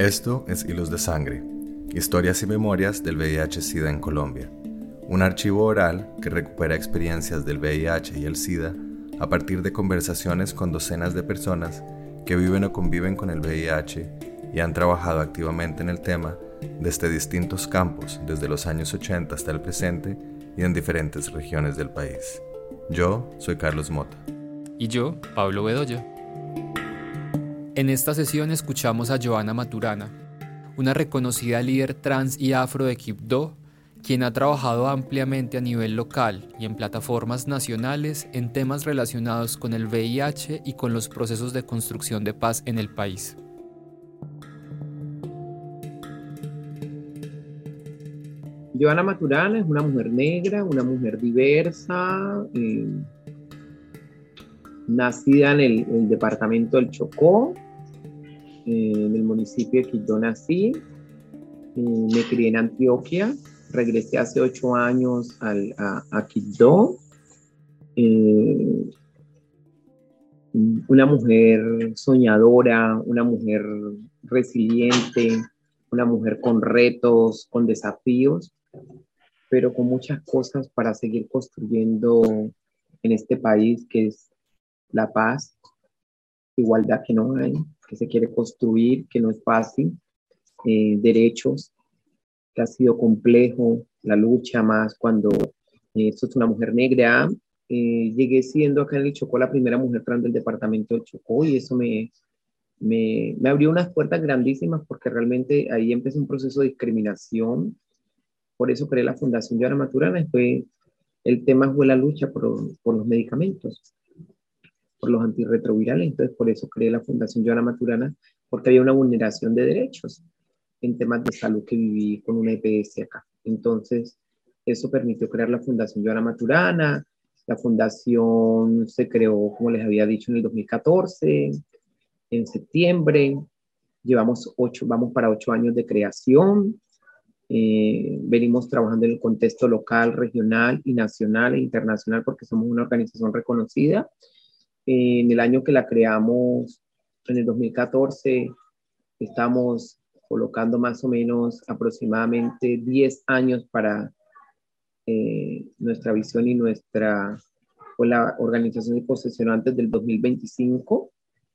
Esto es Hilos de Sangre, historias y memorias del VIH-Sida en Colombia. Un archivo oral que recupera experiencias del VIH y el SIDA a partir de conversaciones con docenas de personas que viven o conviven con el VIH y han trabajado activamente en el tema desde distintos campos, desde los años 80 hasta el presente y en diferentes regiones del país. Yo soy Carlos Mota. Y yo, Pablo Bedoya. En esta sesión escuchamos a Joana Maturana, una reconocida líder trans y afro de Quibdó, quien ha trabajado ampliamente a nivel local y en plataformas nacionales en temas relacionados con el VIH y con los procesos de construcción de paz en el país. Joana Maturana es una mujer negra, una mujer diversa, nacida en el departamento del Chocó, en el municipio de Quibdó nací, me crié en Antioquia, regresé hace 8 años a Quibdó, una mujer soñadora, una mujer resiliente, una mujer con retos, con desafíos, pero con muchas cosas para seguir construyendo en este país, que es la paz, igualdad que no hay, que se quiere construir, que no es fácil, derechos, que ha sido complejo, la lucha más cuando sos una mujer negra. Llegué siendo acá en el Chocó la primera mujer trans del departamento del Chocó y eso me abrió unas puertas grandísimas porque realmente ahí empezó un proceso de discriminación. Por eso creé la Fundación Joana Maturana. El tema fue la lucha por los medicamentos, por los antirretrovirales. Entonces, por eso creé la Fundación Joana Maturana, porque había una vulneración de derechos en temas de salud que viví con una EPS acá. Entonces, eso permitió crear la Fundación Joana Maturana. La fundación se creó, como les había dicho, en el 2014, en septiembre. Vamos para 8 años de creación. Venimos trabajando en el contexto local, regional y nacional e internacional porque somos una organización reconocida. En el año que la creamos, en el 2014, estamos colocando más o menos aproximadamente 10 años para nuestra visión y pues la organización se posesionó antes del 2025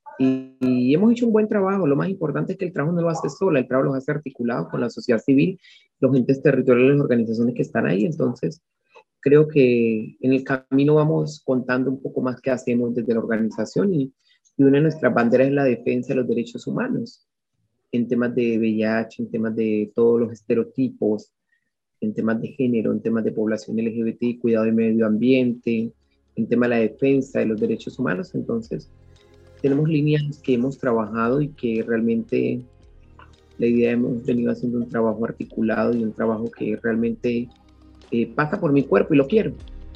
y hemos hecho un buen trabajo. Lo más importante es que el trabajo no lo hace sola, el trabajo lo hace articulado con la sociedad civil, los entes territoriales, las organizaciones que están ahí. Entonces, creo que en el camino vamos contando un poco más qué hacemos desde la organización y una de nuestras banderas es la defensa de los derechos humanos en temas de VIH, en temas de todos los estereotipos, en temas de género, en temas de población LGBT, cuidado del medio ambiente, en temas de la defensa de los derechos humanos. Entonces, tenemos líneas que hemos trabajado y que realmente la idea hemos venido haciendo un trabajo articulado y un trabajo que realmente pasa por mi cuerpo y lo quiero.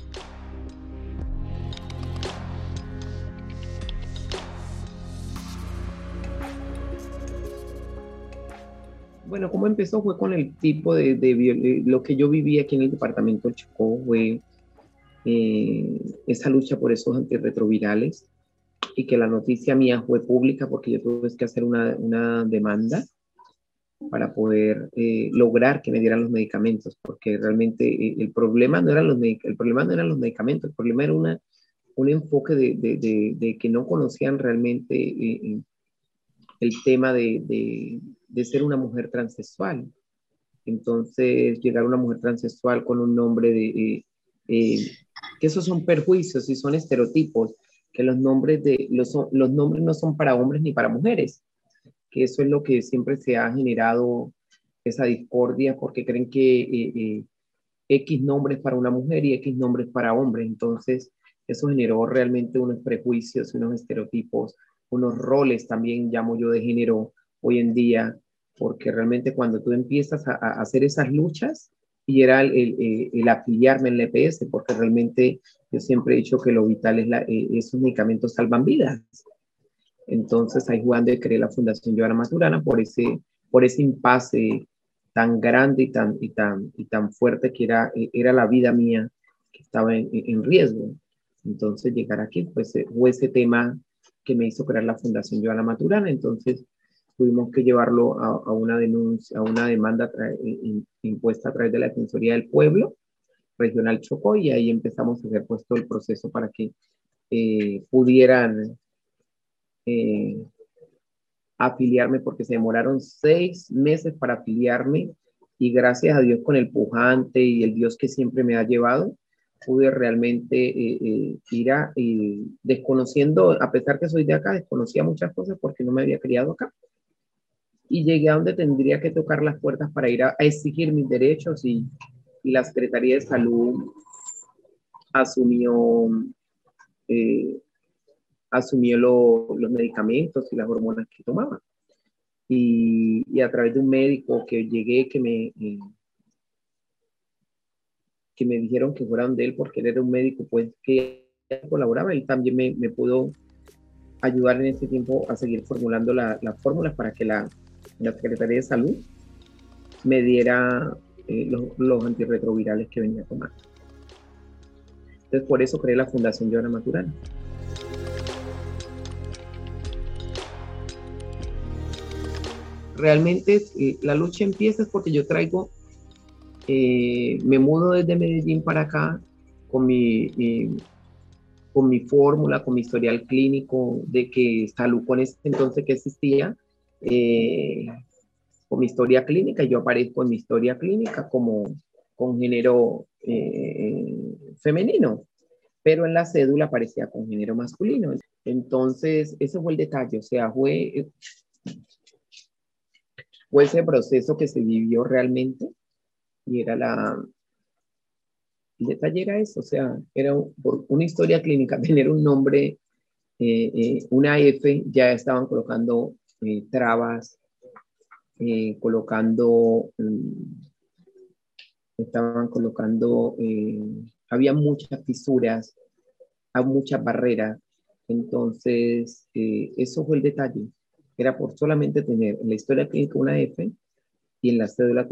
Bueno, ¿cómo empezó? Fue con el tipo de lo que yo viví aquí en el departamento del Chocó, fue esa lucha por esos antirretrovirales y que la noticia mía fue pública porque yo tuve que hacer una demanda para poder lograr que me dieran los medicamentos, porque realmente el problema no eran los medicamentos, el problema era un enfoque de que no conocían realmente el tema de ser una mujer transexual. Entonces, llegar a una mujer transexual con un nombre que esos son perjuicios y son estereotipos, que los nombres no son para hombres ni para mujeres, que eso es lo que siempre se ha generado esa discordia, porque creen que X nombres para una mujer y X nombres para hombres. Entonces, eso generó realmente unos prejuicios, unos estereotipos, unos roles también, llamo yo, de género hoy en día, porque realmente cuando tú empiezas a hacer esas luchas, y era el afiliarme en la EPS, porque realmente yo siempre he dicho que lo vital es esos medicamentos salvan vidas. Entonces, ahí jugando y creé la Fundación Joana Maturana por ese impasse tan grande y tan fuerte que era la vida mía que estaba en riesgo. Entonces, llegar aquí, pues fue ese tema que me hizo crear la Fundación Joana Maturana. Entonces, tuvimos que llevarlo a una denuncia, a una demanda impuesta a través de la Defensoría del Pueblo Regional Chocó, y ahí empezamos a hacer pues todo el proceso para que pudieran afiliarme, porque se demoraron 6 meses para afiliarme, y gracias a Dios, con el pujante y el Dios que siempre me ha llevado, pude realmente ir desconociendo, a pesar que soy de acá, desconocía muchas cosas porque no me había criado acá. Y llegué a donde tendría que tocar las puertas para ir a exigir mis derechos, y la Secretaría de Salud asumió, eh, asumió los medicamentos y las hormonas que tomaba. Y a través de un médico que llegué, que me dijeron que fueran de él, porque él era un médico pues que colaboraba, él también me pudo ayudar en ese tiempo a seguir formulando las fórmulas para que la Secretaría de Salud me diera los antirretrovirales que venía tomando. Entonces, por eso creé la Fundación Joana Maturana. Realmente la lucha empieza es porque yo traigo, me mudo desde Medellín para acá con mi fórmula, con mi historial clínico de que salud con ese entonces que existía, con mi historia clínica. Yo aparezco en mi historia clínica como con género femenino, pero en la cédula aparecía con género masculino. Entonces, ese fue el detalle, o sea, fue ese proceso que se vivió realmente, y era el detalle era eso, o sea, era por una historia clínica, tener un nombre, una F, ya estaban colocando trabas, estaban colocando, había muchas fisuras, había muchas barreras. Entonces, eso fue el detalle. Era por solamente tener en la historia clínica una F, y en la cédula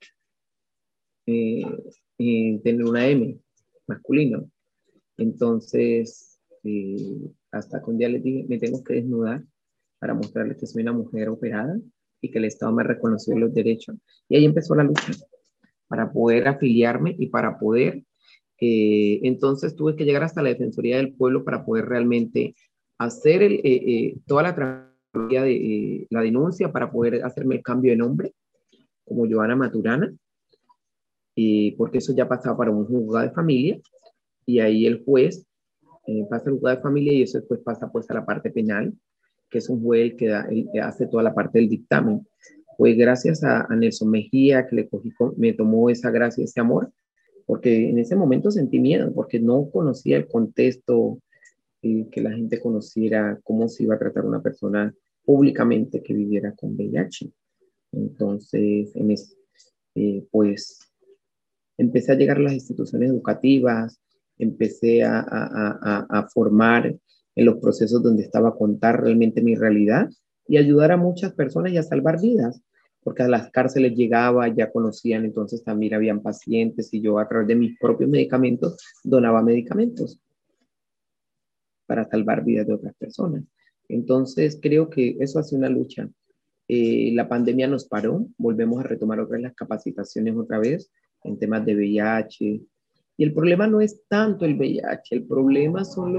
eh, tener una M, masculino. Entonces, hasta que un día les dije, me tengo que desnudar para mostrarles que soy una mujer operada y que el Estado me reconoció los derechos. Y ahí empezó la lucha para poder afiliarme y para poder, entonces tuve que llegar hasta la Defensoría del Pueblo para poder realmente hacer toda la travesía de la denuncia, para poder hacerme el cambio de nombre como Joana Maturana, porque eso ya pasaba para un juzgado de familia, y ahí el juez pasa al juzgado de familia, y eso después pasa pues a la parte penal, que es un juez el que hace toda la parte del dictamen. Pues gracias a Nelson Mejía, que me tomó esa gracia, ese amor, porque en ese momento sentí miedo, porque no conocía el contexto, que la gente conociera cómo se iba a tratar una persona públicamente que viviera con VIH. Entonces, pues empecé a llegar a las instituciones educativas, empecé a formar en los procesos donde estaba a contar realmente mi realidad y ayudar a muchas personas y a salvar vidas, porque a las cárceles llegaba, ya conocían, entonces también habían pacientes, y yo a través de mis propios medicamentos donaba medicamentos para salvar vidas de otras personas. Entonces creo que eso hace una lucha. La pandemia nos paró, volvemos a retomar otra vez las capacitaciones otra vez en temas de VIH. Y el problema no es tanto el VIH, el problema son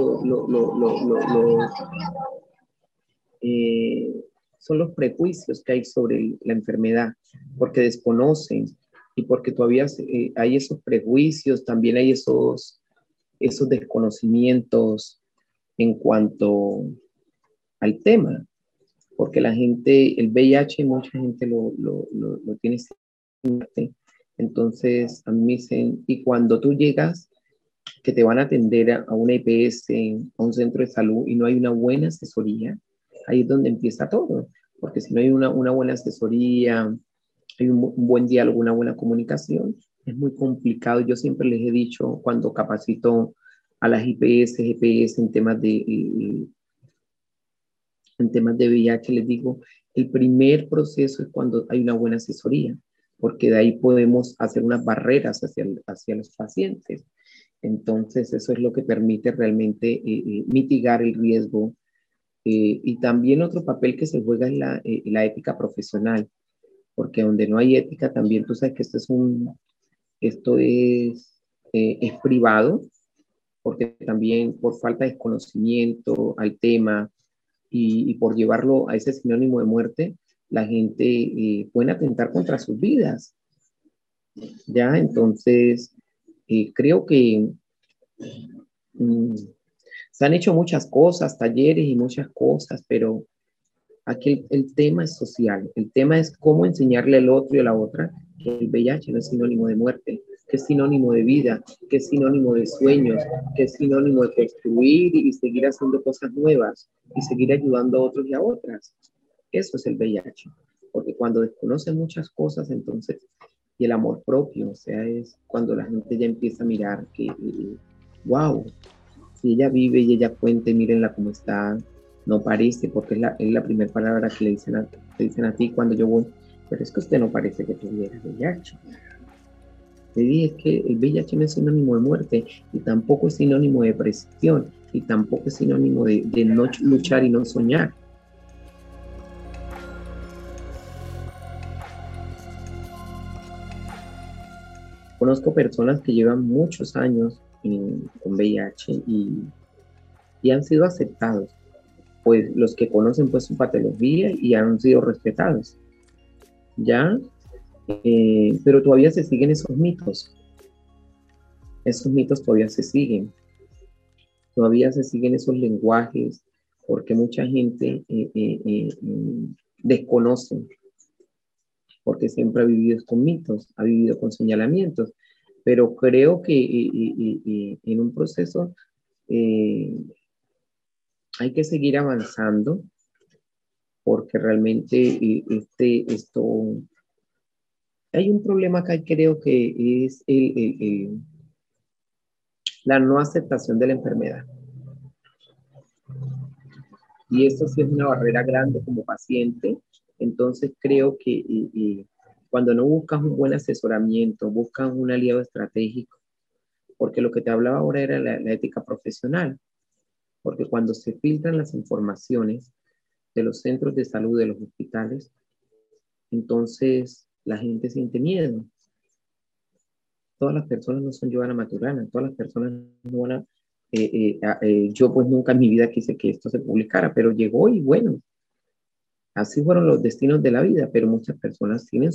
son los prejuicios que hay sobre la enfermedad, porque desconocen, y porque todavía hay esos prejuicios, también hay esos desconocimientos en cuanto al tema, porque la gente, el VIH, mucha gente lo tiene. Entonces, a mí me dicen, y cuando tú llegas, que te van a atender a una EPS, a un centro de salud, y no hay una buena asesoría, ahí es donde empieza todo, porque si no hay una buena asesoría, hay un buen diálogo, una buena comunicación, es muy complicado. Yo siempre les he dicho, cuando capacito a las IPS, GPS en temas de VIH, les digo, el primer proceso es cuando hay una buena asesoría, porque de ahí podemos hacer unas barreras hacia los pacientes. Entonces, eso es lo que permite realmente mitigar el riesgo Y también otro papel que se juega es la ética profesional, porque donde no hay ética también, tú sabes que esto es privado, porque también por falta de conocimiento al tema y por llevarlo a ese sinónimo de muerte, la gente puede atentar contra sus vidas, ¿ya? Entonces, creo que mm, se han hecho muchas cosas, talleres y muchas cosas, pero aquí el tema es social, el tema es cómo enseñarle al otro y a la otra que el VIH no es sinónimo de muerte, que es sinónimo de vida, que es sinónimo de sueños, que es sinónimo de construir y seguir haciendo cosas nuevas y seguir ayudando a otros y a otras. Eso es el VIH, porque cuando desconocen muchas cosas, entonces, y el amor propio, o sea, es cuando la gente ya empieza a mirar que, wow, si ella vive y ella cuente, mírenla cómo está, no parece, porque es la primera palabra que le dicen a ti cuando yo voy, pero es que usted no parece que tuviera VIH. Le dije, es que el VIH no es sinónimo de muerte y tampoco es sinónimo de depresión y tampoco es sinónimo de no luchar y no soñar. Conozco personas que llevan muchos años con VIH y han sido aceptados, pues los que conocen pues su patología y han sido respetados, ¿ya? Pero todavía se siguen esos mitos todavía se siguen, todavía se siguen esos lenguajes, porque mucha gente desconoce, porque siempre ha vivido con mitos, ha vivido con señalamientos, pero creo que en un proceso eh, hay que seguir avanzando, porque realmente esto, hay un problema acá, creo que es la no aceptación de la enfermedad. Y eso sí es una barrera grande como paciente. Entonces creo que cuando no buscas un buen asesoramiento, buscas un aliado estratégico, porque lo que te hablaba ahora era la ética profesional, porque cuando se filtran las informaciones de los centros de salud, de los hospitales, entonces la gente siente miedo. Todas las personas no son Giovanna Maturana, todas las personas no van a... yo pues nunca en mi vida quise que esto se publicara, pero llegó y bueno, así fueron los destinos de la vida, pero muchas personas tienen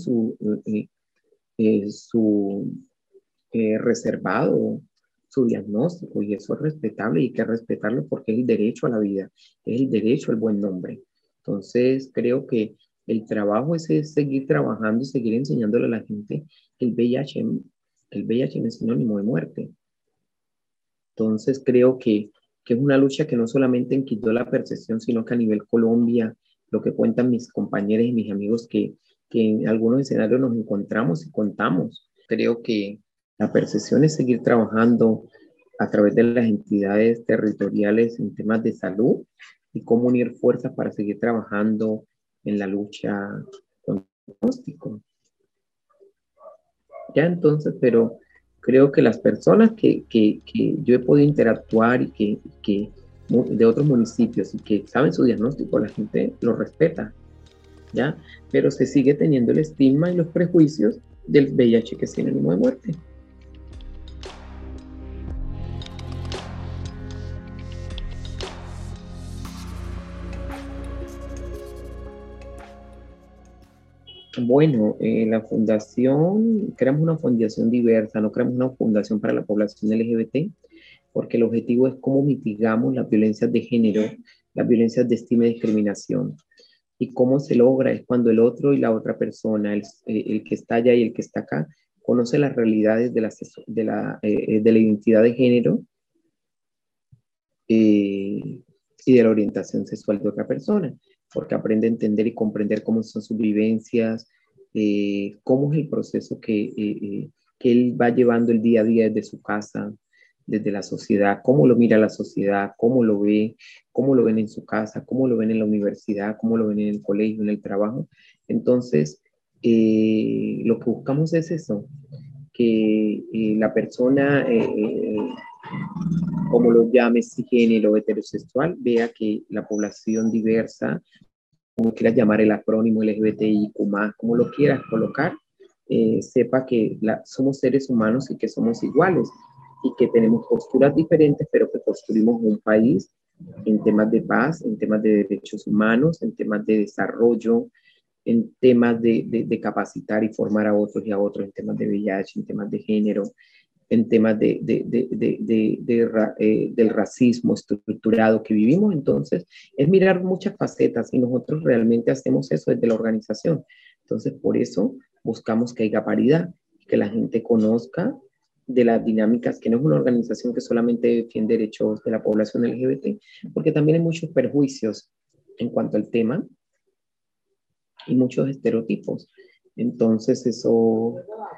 su reservado, su diagnóstico, y eso es respetable y hay que respetarlo porque es el derecho a la vida, es el derecho al buen nombre. Entonces, creo que el trabajo es seguir trabajando y seguir enseñándole a la gente que el VIH no es sinónimo de muerte. Entonces, creo que es una lucha que no solamente en Quito la percepción, sino que a nivel Colombia, lo que cuentan mis compañeros y mis amigos, que en algunos escenarios nos encontramos y contamos. Creo que la percepción es seguir trabajando a través de las entidades territoriales en temas de salud y cómo unir fuerzas para seguir trabajando en la lucha contra el diagnóstico. Ya entonces, pero creo que las personas que yo he podido interactuar y que de otros municipios y que saben su diagnóstico, la gente lo respeta, ¿ya? Pero se sigue teniendo el estigma y los prejuicios del VIH que es sinónimo de muerte. Bueno, la fundación, creamos una fundación diversa, no creamos una fundación para la población LGBT, porque el objetivo es cómo mitigamos las violencias de género, las violencias de estima y discriminación. Y cómo se logra es cuando el otro y la otra persona, el que está allá y el que está acá, conoce las realidades de la identidad de género y de la orientación sexual de otra persona, porque aprende a entender y comprender cómo son sus vivencias, cómo es el proceso que él va llevando el día a día desde su casa, desde la sociedad, cómo lo mira la sociedad, cómo lo ve, cómo lo ven en su casa, cómo lo ven en la universidad, cómo lo ven en el colegio, en el trabajo. Entonces, lo que buscamos es eso, que la persona como lo llame, si género, heterosexual, vea que la población diversa, como quieras llamar el acrónimo LGBTIQ+, como lo quieras colocar, sepa que somos seres humanos y que somos iguales y que tenemos posturas diferentes, pero que construimos un país en temas de paz, en temas de derechos humanos, en temas de desarrollo, en temas de capacitar y formar a otros y a otros, en temas de VIH, en temas de género, en temas del racismo estructurado que vivimos. Entonces, es mirar muchas facetas y nosotros realmente hacemos eso desde la organización. Entonces, por eso buscamos que haya paridad, que la gente conozca de las dinámicas, que no es una organización que solamente defiende derechos de la población LGBT, porque también hay muchos perjuicios en cuanto al tema y muchos estereotipos. Entonces, eso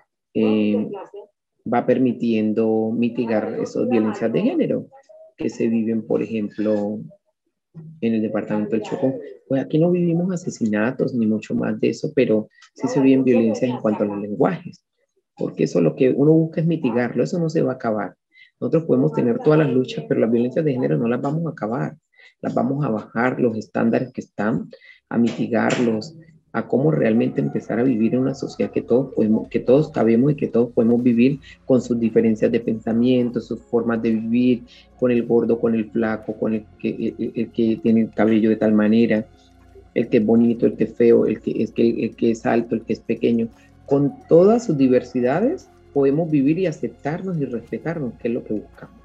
va permitiendo mitigar esas violencias de género que se viven, por ejemplo, en el departamento del Chocó. Pues aquí no vivimos asesinatos ni mucho más de eso, pero sí se viven violencias en cuanto a los lenguajes, porque eso lo que uno busca es mitigarlo, eso no se va a acabar. Nosotros podemos tener todas las luchas, pero las violencias de género no las vamos a acabar, las vamos a bajar los estándares que están, a mitigarlos, a cómo realmente empezar a vivir en una sociedad que todos cabemos y que todos podemos vivir con sus diferencias de pensamiento, sus formas de vivir, con el gordo, con el flaco, con el que tiene el cabello de tal manera, el que es bonito, el que es feo, el que es alto, el que es pequeño. Con todas sus diversidades podemos vivir y aceptarnos y respetarnos, que es lo que buscamos.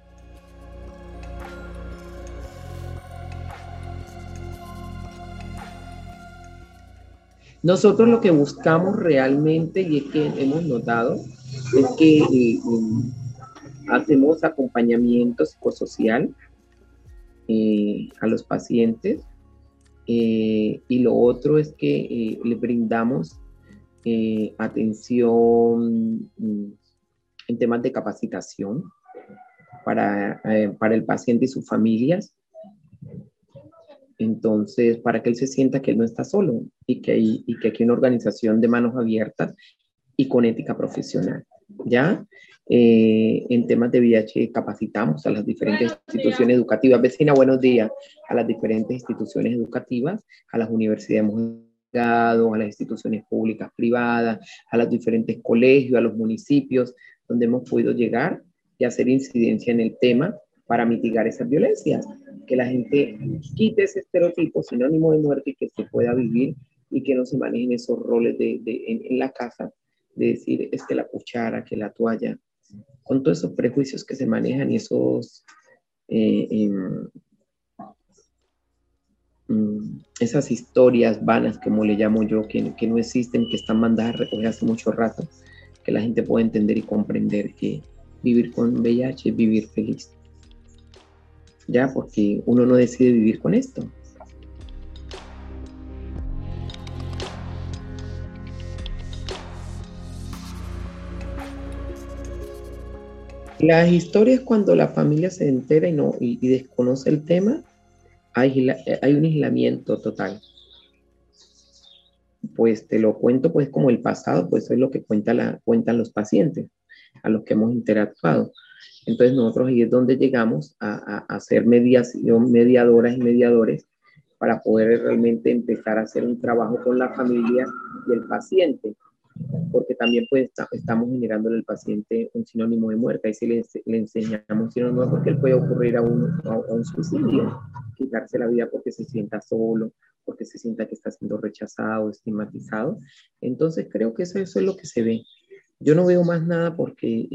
Nosotros lo que buscamos realmente, y es que hemos notado, es que hacemos acompañamiento psicosocial a los pacientes, y lo otro es que le brindamos atención en temas de capacitación para el paciente y sus familias. Entonces, para que él se sienta que él no está solo y que aquí hay una organización de manos abiertas y con ética profesional, ¿ya? En temas de VIH capacitamos a las diferentes instituciones educativas. Vecina, buenos días. A las diferentes instituciones educativas, a las universidades hemos llegado, a las instituciones públicas, privadas, a los diferentes colegios, a los municipios, donde hemos podido llegar y hacer incidencia en el tema para mitigar esas violencias. Que la gente quite ese estereotipo sinónimo de muerte y que se pueda vivir y que no se manejen esos roles en la casa de decir es que la cuchara, que la toalla, con todos esos prejuicios que se manejan y esos esas historias vanas, como le llamo yo, que no existen, que están mandadas a recoger hace mucho rato, que la gente pueda entender y comprender que vivir con VIH es vivir feliz. Ya, porque uno no decide vivir con esto. Las historias cuando la familia se entera y desconoce el tema, hay un aislamiento total. Pues te lo cuento pues como el pasado, pues eso es lo que cuentan los pacientes a los que hemos interactuado. Entonces nosotros ahí es donde llegamos a hacer mediadoras y mediadores para poder realmente empezar a hacer un trabajo con la familia y el paciente, porque también pues estamos generándole al paciente un sinónimo de muerte. Ahí sí le enseñamos sinónimo porque él puede ocurrir a un suicidio, quitarse la vida porque se sienta solo, porque se sienta que está siendo rechazado, estigmatizado. Entonces creo que eso es lo que se ve. Yo no veo más nada porque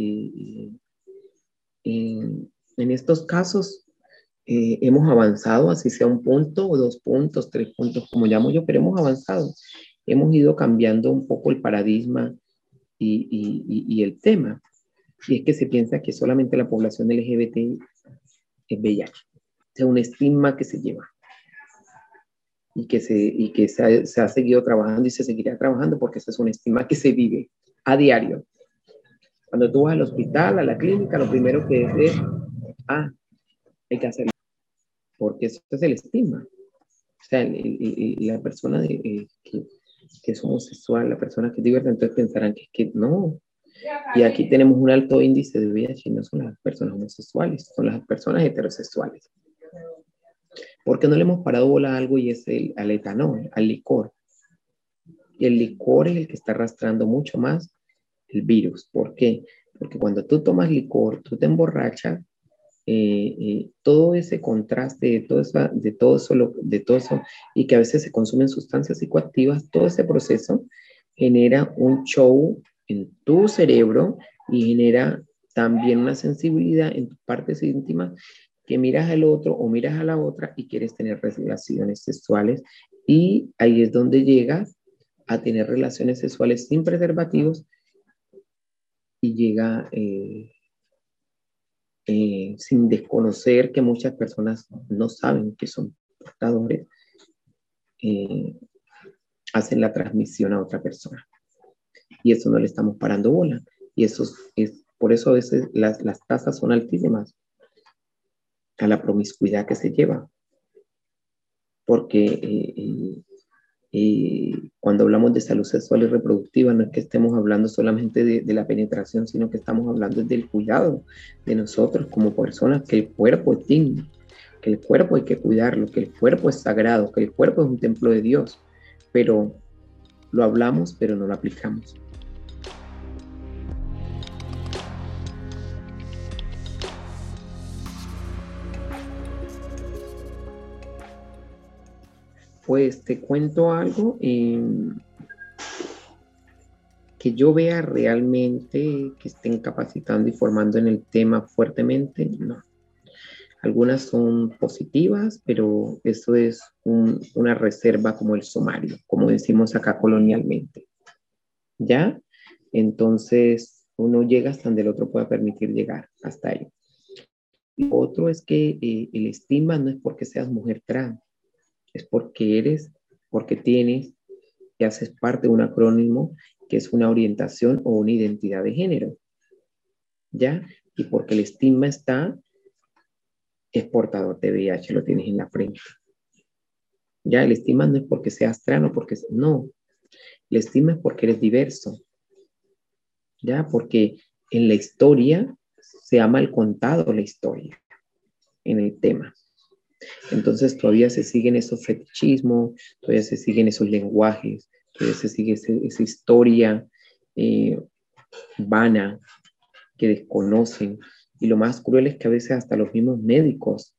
en estos casos hemos avanzado, así sea un punto o 2 puntos, 3 puntos, como llamo yo, pero hemos avanzado. Hemos ido cambiando un poco el paradigma y el tema. Y es que se piensa que solamente la población LGBT es VIH. Es un estigma que se lleva y que se ha seguido trabajando y se seguirá trabajando porque ese es un estigma que se vive a diario. Cuando tú vas al hospital, a la clínica, lo primero que es hay que hacerlo, porque eso es el estigma. O sea, la persona que es homosexual, la persona que es diversa, entonces pensarán que no, Y aquí tenemos un alto índice de VIH, no son las personas homosexuales, son las personas heterosexuales. ¿Por qué no le hemos parado bola a algo y es al etanol, al licor? Y el licor es el que está arrastrando mucho más el virus. ¿Por qué? Porque cuando tú tomas licor, tú te emborrachas, todo ese contraste de todo eso, y que a veces se consumen sustancias psicoactivas, todo ese proceso genera un show en tu cerebro y genera también una sensibilidad en tus partes íntimas que miras al otro o miras a la otra y quieres tener relaciones sexuales, y ahí es donde llegas a tener relaciones sexuales sin preservativos y llega sin desconocer que muchas personas no saben que son portadores, eh, hacen la transmisión a otra persona. Y eso no le estamos parando bola. Y eso por eso a veces las tasas son altísimas a la promiscuidad que se lleva. Porque cuando hablamos de salud sexual y reproductiva, no es que estemos hablando solamente de la penetración, sino que estamos hablando del cuidado de nosotros como personas, que el cuerpo es digno, que el cuerpo hay que cuidarlo, que el cuerpo es sagrado, que el cuerpo es un templo de Dios, pero lo hablamos, pero no lo aplicamos. Pues te cuento algo que yo vea realmente que estén capacitando y formando en el tema fuertemente, no. Algunas son positivas, pero eso es una reserva como el sumario, como decimos acá colonialmente. ¿Ya? Entonces, uno llega hasta donde el otro pueda permitir llegar, hasta ahí. Y otro es que el estigma no es porque seas mujer trans, es porque tienes y haces parte de un acrónimo que es una orientación o una identidad de género. ¿Ya? Y porque el estigma es portador de VIH, lo tienes en la frente. Ya, el estigma no es porque seas trans o porque no. El estigma es porque eres diverso. Ya, porque en la historia se ha mal contado la historia en el tema. Entonces todavía se siguen esos fetichismos, todavía se siguen esos lenguajes, todavía se sigue esa historia vana que desconocen. Y lo más cruel es que a veces hasta los mismos médicos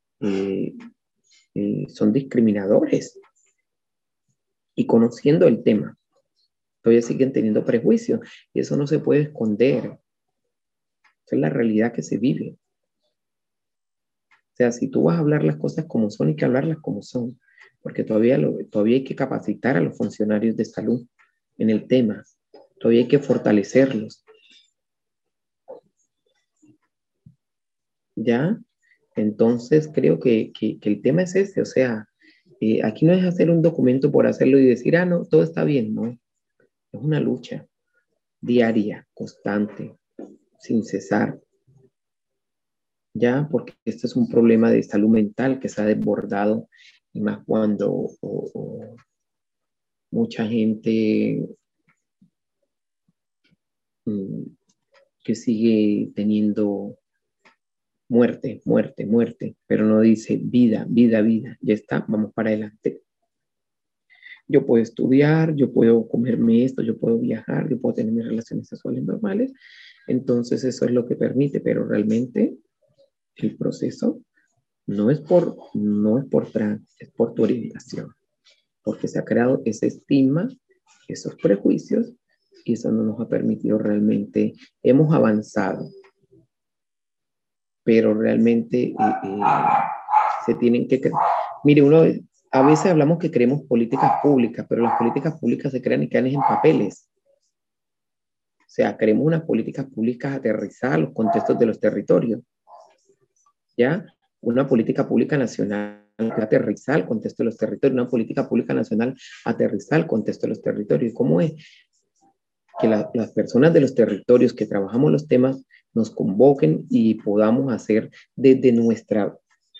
son discriminadores. Y conociendo el tema, todavía siguen teniendo prejuicios. Y eso no se puede esconder. Esa es la realidad que se vive. O sea, si tú vas a hablar las cosas como son, hay que hablarlas como son. Porque todavía hay que capacitar a los funcionarios de salud en el tema. Todavía hay que fortalecerlos. ¿Ya? Entonces creo que el tema es ese, o sea, aquí no es hacer un documento por hacerlo y decir, no, todo está bien, no. Es una lucha diaria, constante, sin cesar. ¿Ya? Porque este es un problema de salud mental que se ha desbordado, y más cuando mucha gente que sigue teniendo muerte, muerte, muerte, pero no dice vida, vida, vida, ya está, vamos para adelante. Yo puedo estudiar, yo puedo comerme esto, yo puedo viajar, yo puedo tener mis relaciones sexuales normales, entonces eso es lo que permite, pero realmente el proceso no es por trans, es por tu orientación, porque se ha creado ese estigma, esos prejuicios, y eso no nos ha permitido realmente, hemos avanzado, pero realmente se tienen que... Mire, a veces hablamos que queremos políticas públicas, pero las políticas públicas se crean y quedan en papeles. O sea, queremos unas políticas públicas aterrizadas a los contextos de los territorios. ¿Ya? Una política pública nacional aterrizada al contexto de los territorios, una política pública nacional aterrizada al contexto de los territorios. ¿Cómo es? Que las personas de los territorios que trabajamos los temas nos convoquen y podamos hacer desde nuestra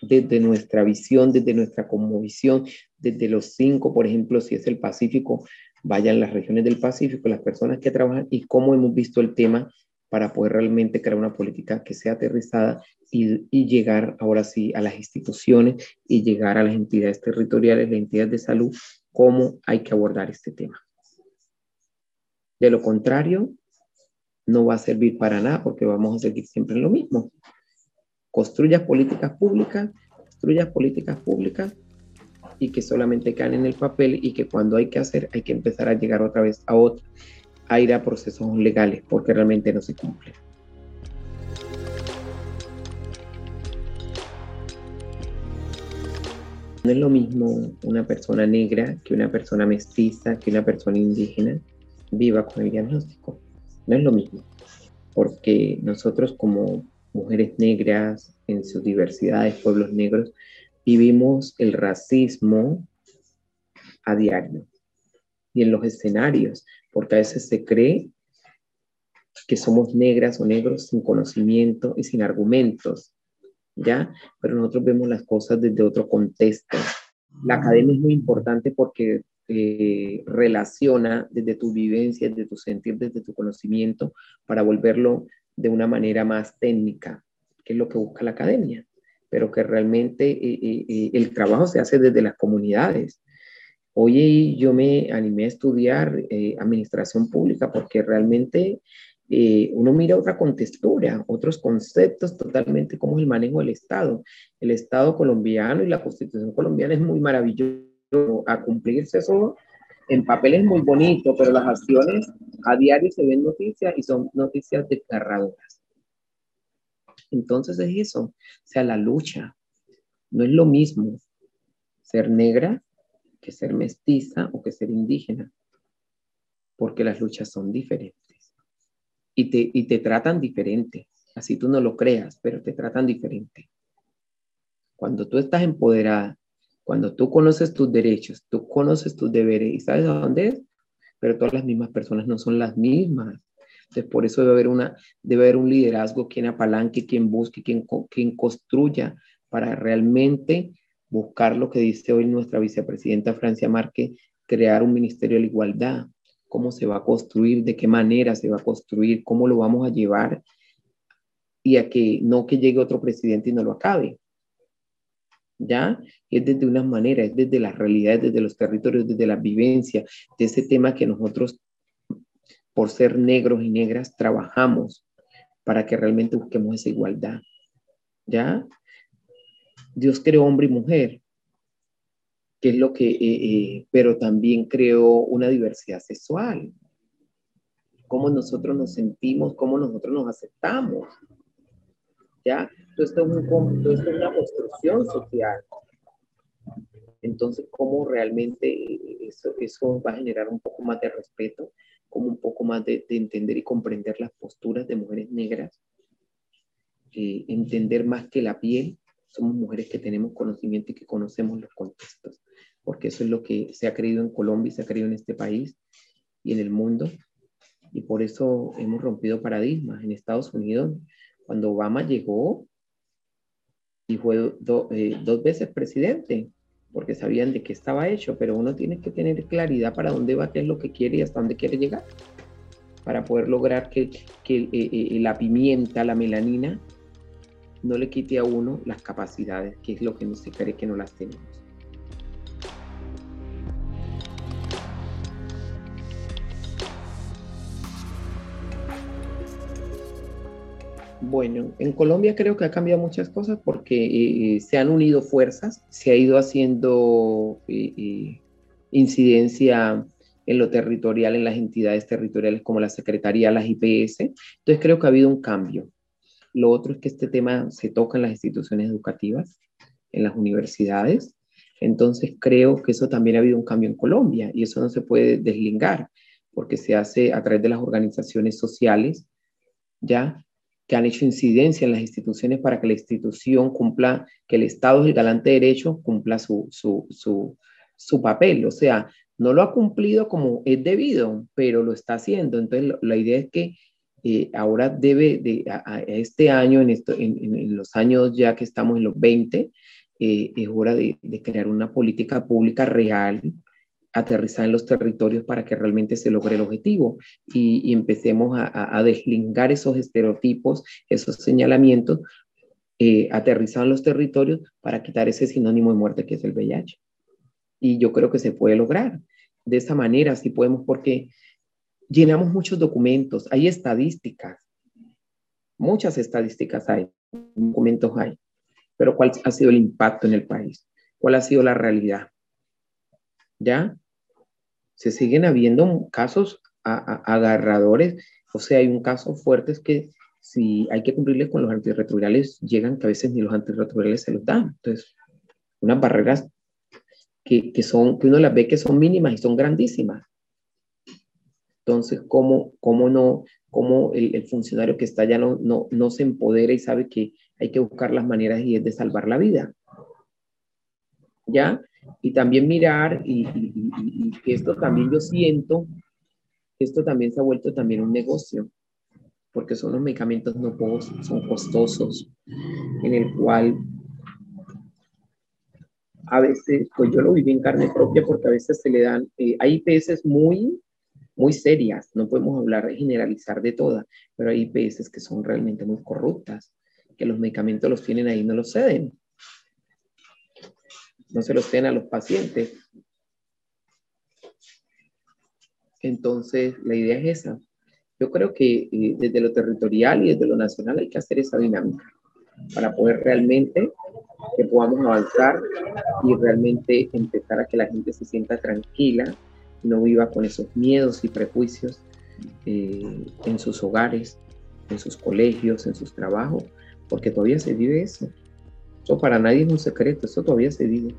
visión, desde nuestra cosmovisión, desde los 5, por ejemplo, si es el Pacífico, vayan las regiones del Pacífico, las personas que trabajan y cómo hemos visto el tema para poder realmente crear una política que sea aterrizada y llegar ahora sí a las instituciones y llegar a las entidades territoriales, las entidades de salud, cómo hay que abordar este tema. De lo contrario, no va a servir para nada porque vamos a seguir siempre en lo mismo. Construyas políticas públicas y que solamente caen en el papel y que cuando hay que hacer, hay que empezar a llegar otra vez a ir a procesos legales porque realmente no se cumplen. No es lo mismo una persona negra que una persona mestiza, que una persona indígena viva con el diagnóstico. No es lo mismo, porque nosotros como mujeres negras en sus diversidades, pueblos negros, vivimos el racismo a diario y en los escenarios, porque a veces se cree que somos negras o negros sin conocimiento y sin argumentos, ¿ya? Pero nosotros vemos las cosas desde otro contexto. La academia es muy importante porque relaciona desde tu vivencia, desde tu sentir, desde tu conocimiento, para volverlo de una manera más técnica, que es lo que busca la academia, pero que realmente el trabajo se hace desde las comunidades. Hoy yo me animé a estudiar administración pública porque realmente uno mira otra contextura, otros conceptos totalmente como el manejo del Estado. El Estado colombiano y la Constitución colombiana es muy maravilloso a cumplirse eso. En papel es muy bonito, pero las acciones a diario se ven noticias y son noticias desgarradoras. Entonces es eso, o sea, la lucha. No es lo mismo ser negra que ser mestiza o que ser indígena, porque las luchas son diferentes y te tratan diferente, así tú no lo creas, pero te tratan diferente. Cuando tú estás empoderada, cuando tú conoces tus derechos, tú conoces tus deberes y sabes a dónde es, pero todas las mismas personas no son las mismas. Entonces, por eso debe haber un liderazgo, quien apalanque, quien busque, quien construya para realmente buscar lo que dice hoy nuestra vicepresidenta Francia Márquez, crear un ministerio de la igualdad. ¿Cómo se va a construir? ¿De qué manera se va a construir? ¿Cómo lo vamos a llevar? Y a que no que llegue otro presidente y no lo acabe. ¿Ya? Es desde una manera, es desde las realidades, desde los territorios, desde la vivencia, de ese tema que nosotros, por ser negros y negras, trabajamos para que realmente busquemos esa igualdad. ¿Ya? Dios creó hombre y mujer, que es lo que, pero también creó una diversidad sexual. Cómo nosotros nos sentimos, cómo nosotros nos aceptamos. ¿Ya? Esto es una construcción social. Entonces, ¿cómo realmente eso va a generar un poco más de respeto, como un poco más de entender y comprender las posturas de mujeres negras? Entender más que la piel, somos mujeres que tenemos conocimiento y que conocemos los contextos, porque eso es lo que se ha creído en Colombia y se ha creído en este país y en el mundo, y por eso hemos rompido paradigmas. En Estados Unidos, cuando Obama llegó y fue dos veces presidente, porque sabían de qué estaba hecho, pero uno tiene que tener claridad para dónde va, qué es lo que quiere y hasta dónde quiere llegar, para poder lograr que la pimienta, la melanina, no le quite a uno las capacidades, que es lo que no se cree que no las tenemos. Bueno, en Colombia creo que ha cambiado muchas cosas porque se han unido fuerzas, se ha ido haciendo incidencia en lo territorial, en las entidades territoriales como la Secretaría, las IPS. Entonces creo que ha habido un cambio. Lo otro es que este tema se toca en las instituciones educativas, en las universidades. Entonces creo que eso también ha habido un cambio en Colombia y eso no se puede deslingar porque se hace a través de las organizaciones sociales, ¿ya? Que han hecho incidencia en las instituciones para que la institución cumpla, que el Estado es el garante de derechos, cumpla su papel. O sea, no lo ha cumplido como es debido, pero lo está haciendo. Entonces, la idea es que ahora debe, a este año, en los años ya que estamos en los 20, es hora de crear una política pública real aterrizar en los territorios para que realmente se logre el objetivo y empecemos a deslingar esos estereotipos, esos señalamientos, aterrizar en los territorios para quitar ese sinónimo de muerte que es el VIH. Y yo creo que se puede lograr. De esa manera sí podemos, porque llenamos muchos documentos, hay estadísticas, muchas estadísticas hay, documentos hay, pero ¿cuál ha sido el impacto en el país? ¿Cuál ha sido la realidad? ¿Ya? Se siguen habiendo casos agarradores, o sea, hay un caso fuerte, es que si hay que cumplirles con los antirretrovirales, llegan que a veces ni los antirretrovirales se los dan. Entonces, unas barreras que uno las ve que son mínimas y son grandísimas. Entonces, ¿cómo el funcionario que está allá no se empodera y sabe que hay que buscar las maneras y es de salvar la vida? ¿Ya? Y también mirar, y que esto también yo siento, que esto también se ha vuelto también un negocio, porque son los medicamentos no pocos, son costosos, en el cual a veces, pues yo lo viví en carne propia, porque a veces se le dan, hay IPS muy serias, no podemos hablar, generalizar de todas, pero hay IPS que son realmente muy corruptas, que los medicamentos los tienen ahí, no los ceden. No se los ceden a los pacientes. Entonces, la idea es esa. Yo creo que desde lo territorial y desde lo nacional hay que hacer esa dinámica para poder realmente que podamos avanzar y realmente empezar a que la gente se sienta tranquila, no viva con esos miedos y prejuicios en sus hogares, en sus colegios, en sus trabajos, porque todavía se vive eso. Eso para nadie es un secreto, eso todavía se vive.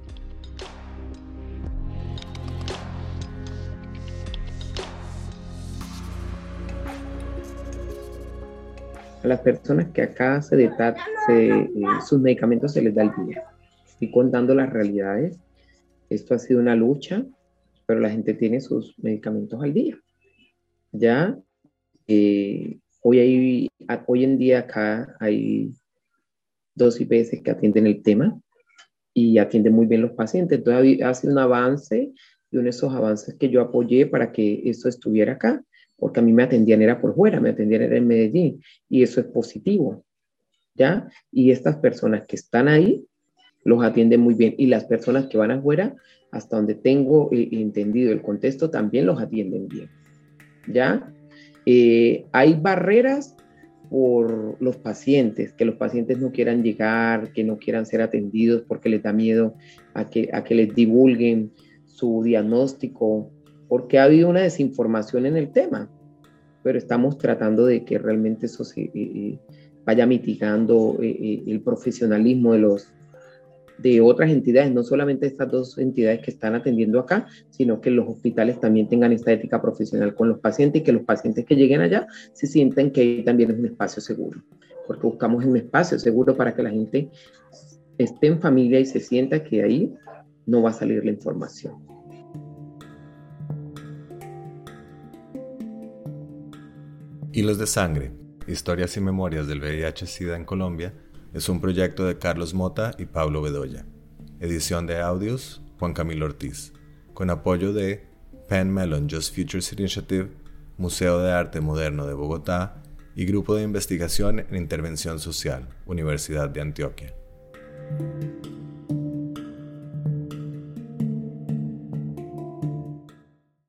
A las personas que acá sus medicamentos se les da el día. Y contando las realidades, esto ha sido una lucha, pero la gente tiene sus medicamentos al día. Ya, hoy en día acá hay 2 IPS que atienden el tema y atienden muy bien los pacientes. Entonces ha sido un avance y uno de esos avances que yo apoyé para que esto estuviera acá, porque a mí me atendían era por fuera, me atendían era en Medellín y eso es positivo, ¿ya? Y estas personas que están ahí los atienden muy bien y las personas que van afuera, hasta donde tengo entendido el contexto, también los atienden bien, ¿ya? Hay barreras por los pacientes, que los pacientes no quieran llegar, que no quieran ser atendidos porque les da miedo a que les divulguen su diagnóstico, porque ha habido una desinformación en el tema, pero estamos tratando de que realmente eso se vaya mitigando el profesionalismo de otras entidades, no solamente estas 2 entidades que están atendiendo acá, sino que los hospitales también tengan esta ética profesional con los pacientes y que los pacientes que lleguen allá se sientan que ahí también es un espacio seguro, porque buscamos un espacio seguro para que la gente esté en familia y se sienta que ahí no va a salir la información. Hilos de Sangre, historias y memorias del VIH-Sida en Colombia, es un proyecto de Carlos Mota y Pablo Bedoya. Edición de audios, Juan Camilo Ortiz. Con apoyo de Penn Mellon Just Futures Initiative, Museo de Arte Moderno de Bogotá y Grupo de Investigación en Intervención Social, Universidad de Antioquia.